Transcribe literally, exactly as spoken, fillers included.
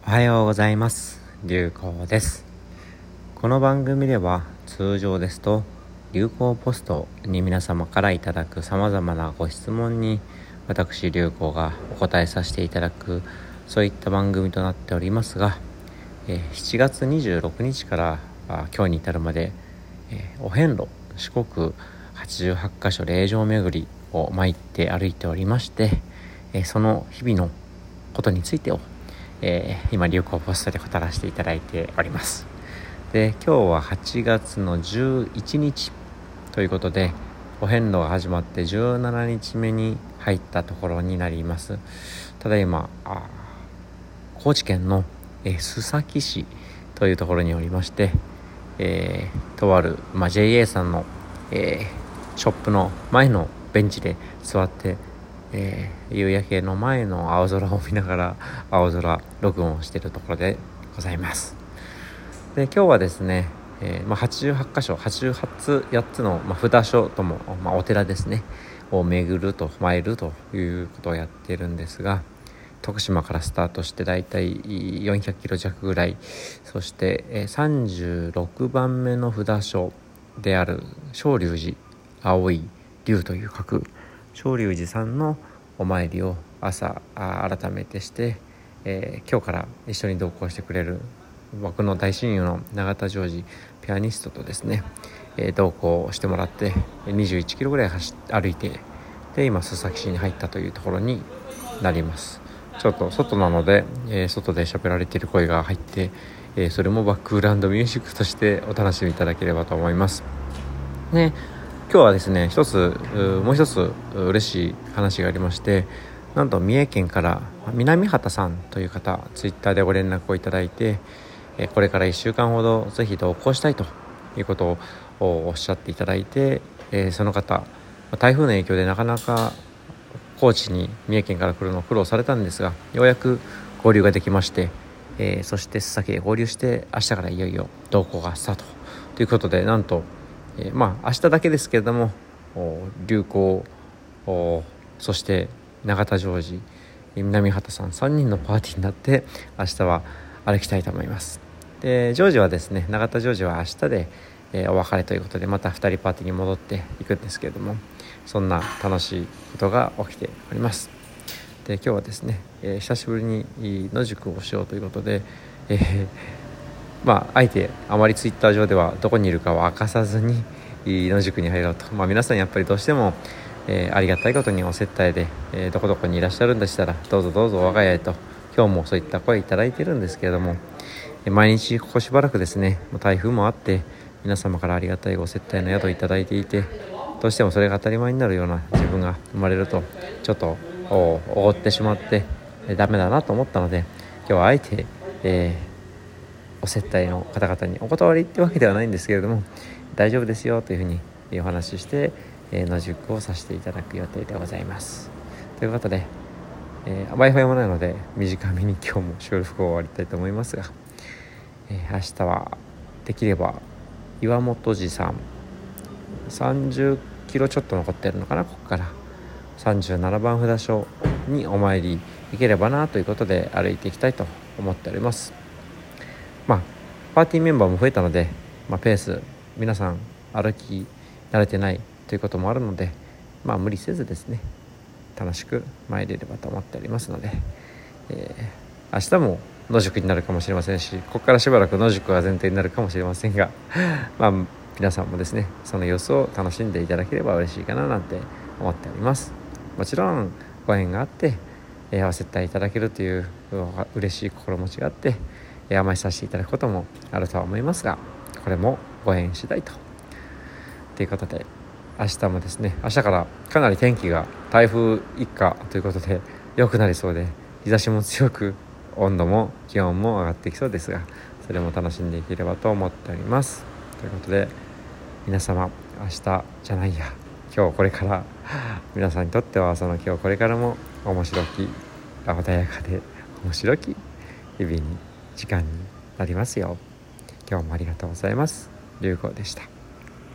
おはようございます。流行です。この番組では通常ですと流行ポストに皆様からいただく様々なご質問に私流行がお答えさせていただく、そういった番組となっておりますが、えー、しちがつにじゅうろくにちからあ今日に至るまで、えー、お遍路四国はちじゅうはちカ所霊場巡りを参って歩いておりまして、えー、その日々のことについてをえー、今流行ポストで語らせていただいております。で、今日ははちがつのじゅういちにちということで、お遍路が始まってじゅうしちにちめに入ったところになります。ただいま高知県の、えー、須崎市というところにおりまして、えー、とある、まあ、ジェイエー さんの、えー、ショップの前のベンチで座ってえー、夕焼けの前の青空を見ながら青空録音をしているところでございます。で、今日はですね、えーまあ、はちじゅうはちカ所はちじゅうはちつやっつの、まあ、札所とも、まあ、お寺ですねを巡ると参るということをやっているんですが、徳島からスタートしてだいたいよんひゃくキロ弱ぐらい、そして、えー、さんじゅうろくばんめの札所である昇龍寺、青い龍という書く昇龍寺さんのお参りを朝改めてして、えー、今日から一緒に同行してくれる僕の大親友の永田ジョージピアニストとですね、えー、同行してもらってにじゅういちキロぐらい走歩いて、で今須崎市に入ったというところになります。ちょっと外なので、えー、外で喋られている声が入って、えー、それもバックグラウンドミュージックとしてお楽しみいただければと思います。ね、今日はですね、一つもう一つ嬉しい話がありまして、なんと三重県から南畑さんという方、ツイッターでご連絡をいただいて、これからいっしゅうかんほどぜひ同行したいということをおっしゃっていただいて、その方台風の影響でなかなか高知に三重県から来るのを苦労されたんですが、ようやく合流ができまして、えー、そして須崎で合流して明日からいよいよ同行がスタートということで、なんとえー、まあ明日だけですけれども流行、そして永田ジョージ、南畑さんさんにんのパーティーになって明日は歩きたいと思います。で、ジョージはですね、永田ジョージは明日で、えー、お別れということでまたふたりパーティーに戻っていくんですけれども、そんな楽しいことが起きております。で、今日はですね、えー、久しぶりに野宿をしようということで、えーまあ、あえてあまりツイッター上ではどこにいるかを明かさずに野宿に入ろうと、まあ、皆さんやっぱりどうしても、えー、ありがたいことにお接待で、えー、どこどこにいらっしゃるんでしたらどうぞどうぞ我が家へと、今日もそういった声いただいているんですけれども、えー、毎日ここしばらくですね、台風もあって皆様からありがたいご接待の宿をいただいていて、どうしてもそれが当たり前になるような自分が生まれるとちょっとおごってしまって、えー、ダメだなと思ったので、今日はあえて、えーお接待の方々にお断りってわけではないんですけれども、大丈夫ですよというふうにお話しして、えー、野宿をさせていただく予定でございます。ということで、えー、Wi-Fi もないので短めに今日も収録を終わりたいと思いますが、えー、明日はできれば岩本寺さんさんじゅっキロちょっと残ってるのかな、ここからさんじゅうななばん札所にお参り行ければなということで歩いていきたいと思っております。まあ、パーティーメンバーも増えたので、まあ、ペース皆さん歩き慣れてないということもあるので、まあ無理せずですね、楽しく参れればと思っておりますので、えー、明日も野宿になるかもしれませんし、ここからしばらく野宿が前提になるかもしれませんがまあ皆さんもですね、その様子を楽しんでいただければ嬉しいかななんて思っております。もちろんご縁があって、えー、お接待いただけるという嬉しい心持ちがあって甘えさせていただくこともあるとは思いますが、これもご縁次第とということで、明日もですね、明日からかなり天気が台風一過ということで良くなりそうで、日差しも強く温度も気温も上がってきそうですが、それも楽しんでいければと思っております。ということで、皆様明日じゃないや今日これから皆さんにとってはその今日これからも面白き穏やかで面白き日々に時間になりますよ。今日もありがとうございます。流行でした。